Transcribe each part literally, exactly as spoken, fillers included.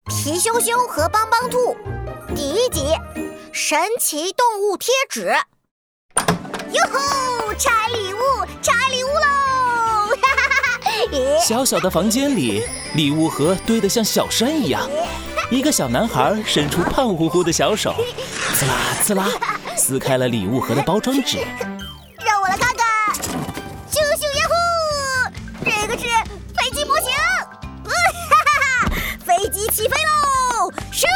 皮羞羞和帮帮兔第一集，神奇动物贴纸。哟吼，拆礼物，拆礼物喽！ 小小的房间里，礼物盒堆得像小山一样。一个小男孩伸出胖乎乎的小手，刺啦刺啦，撕开了礼物盒的包装纸。 让我来看看，咻咻呀呼！这个是飞机模型，呃、哈哈哈，飞机起飞喽！咻！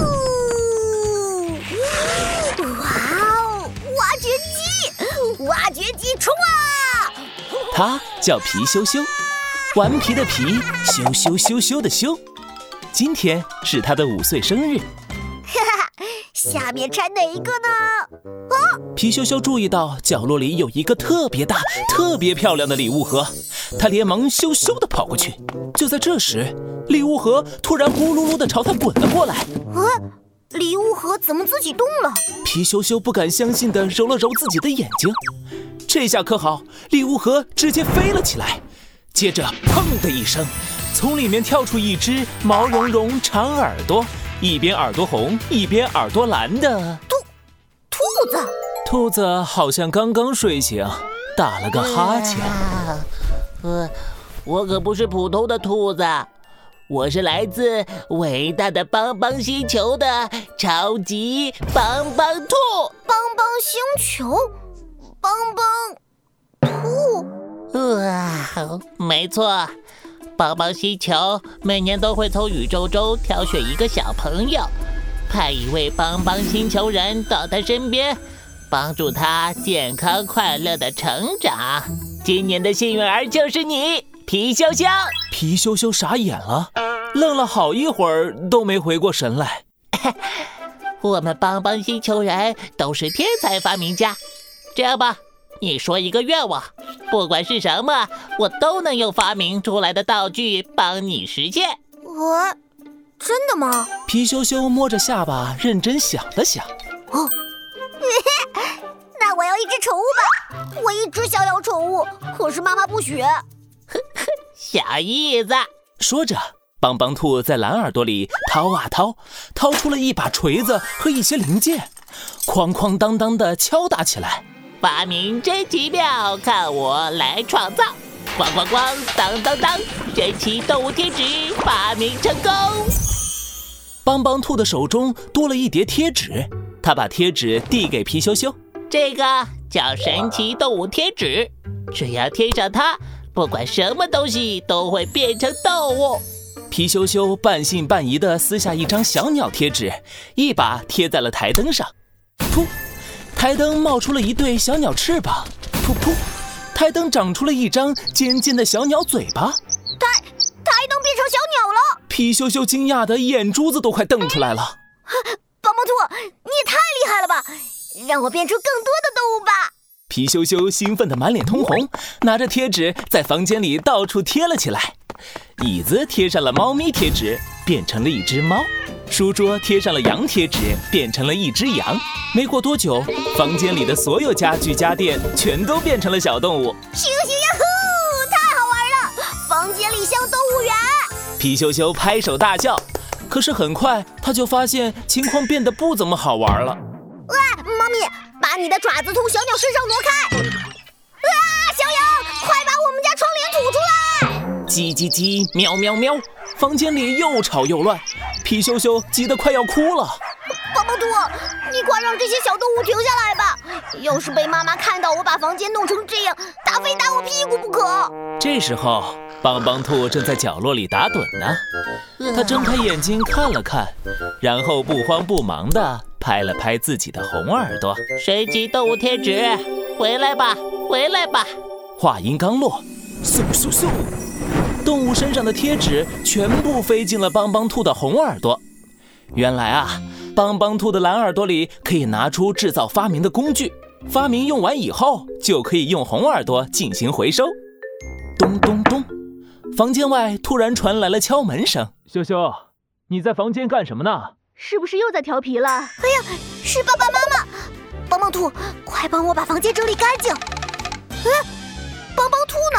哇哦，挖掘机，挖掘机冲啊！ 他叫皮羞羞，顽皮的皮，羞羞羞羞的羞。今天是他的五岁生日。 哈哈，下面拆哪一个呢？哦， 皮羞羞注意到角落里有一个特别大、特别漂亮的礼物盒，他连忙羞羞地跑过去。就在这时，礼物盒突然咕噜噜地朝他滚了过来。 啊，礼物盒怎么自己动了？ 皮羞羞不敢相信地揉了揉自己的眼睛。这下可好，礼物盒直接飞了起来，接着砰的一声，从里面跳出一只毛茸茸、长耳朵，一边耳朵红，一边耳朵蓝的兔兔子。 兔子好像刚刚睡醒，打了个哈欠。 啊呃，我可不是普通的兔子，我是来自伟大的邦邦星球的超级邦邦兔。 邦邦星球，邦邦兔。 哇，没错。邦邦星球每年都会从宇宙中挑选一个小朋友，派一位邦邦星球人到他身边，帮助他健康快乐的成长。今年的幸运儿就是你，皮羞羞。 皮羞羞傻眼了，愣了好一会儿都没回过神来。 我们邦邦星球人都是天才发明家，这样吧，你说一个愿望，不管是什么，我都能用发明出来的道具帮你实现。 我，真的吗？ 皮羞羞摸着下巴认真想了想。 哦，那我要一只宠物吧，我一直想要宠物，可是妈妈不许。 小意思。 说着，邦邦兔在蓝耳朵里掏啊掏，掏出了一把锤子和一些零件，哐哐当当地敲打起来。 发明真奇妙，看我来创造！咣咣咣，当当当，神奇动物贴纸发明成功！ 邦邦兔的手中多了一叠贴纸，他把贴纸递给皮羞羞。 这个叫神奇动物贴纸，只要贴上它，不管什么东西都会变成动物。 皮羞羞半信半疑地撕下一张小鸟贴纸，一把贴在了台灯上。噗！台灯冒出了一对小鸟翅膀，噗噗！台灯长出了一张尖尖的小鸟嘴巴。 台台灯变成小鸟了！ 皮羞羞惊讶的眼珠子都快瞪出来了。 邦邦兔，你也太厉害了吧！让我变出更多的动物吧！ 皮羞羞兴奋的满脸通红，拿着贴纸在房间里到处贴了起来。椅子贴上了猫咪贴纸，变成了一只猫。书桌贴上了羊贴纸，变成了一只羊。没过多久，房间里的所有家具家电全都变成了小动物。 咻咻呀呼，太好玩了！房间里像动物园。 皮羞羞拍手大叫，可是很快他就发现情况变得不怎么好玩了。 哇，猫咪，把你的爪子从小鸟身上挪开！啊，小羊，快把我们家窗帘吐出来！ 叽叽叽，喵喵喵，房间里又吵又乱，皮羞羞急得快要哭了。 邦邦兔，你快让这些小动物停下来吧！要是被妈妈看到我把房间弄成这样，打非打我屁股不可。 这时候，邦邦兔正在角落里打盹呢。他睁开眼睛看了看，然后不慌不忙地拍了拍自己的红耳朵。 神奇动物贴纸，回来吧，回来吧！ 话音刚落，嗖嗖嗖，动物身上的贴纸全部飞进了邦邦兔的红耳朵。原来啊，邦邦兔的蓝耳朵里可以拿出制造发明的工具，发明用完以后就可以用红耳朵进行回收。咚咚咚，房间外突然传来了敲门声。羞羞，你在房间干什么呢？ 是不是又在调皮了？哎呀，是爸爸妈妈！邦邦兔，快帮我把房间整理干净。嗯，邦邦兔呢？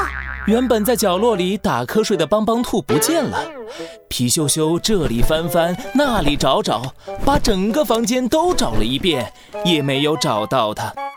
原本在角落里打瞌睡的帮帮兔不见了。皮羞羞这里翻翻，那里找找，把整个房间都找了一遍，也没有找到它。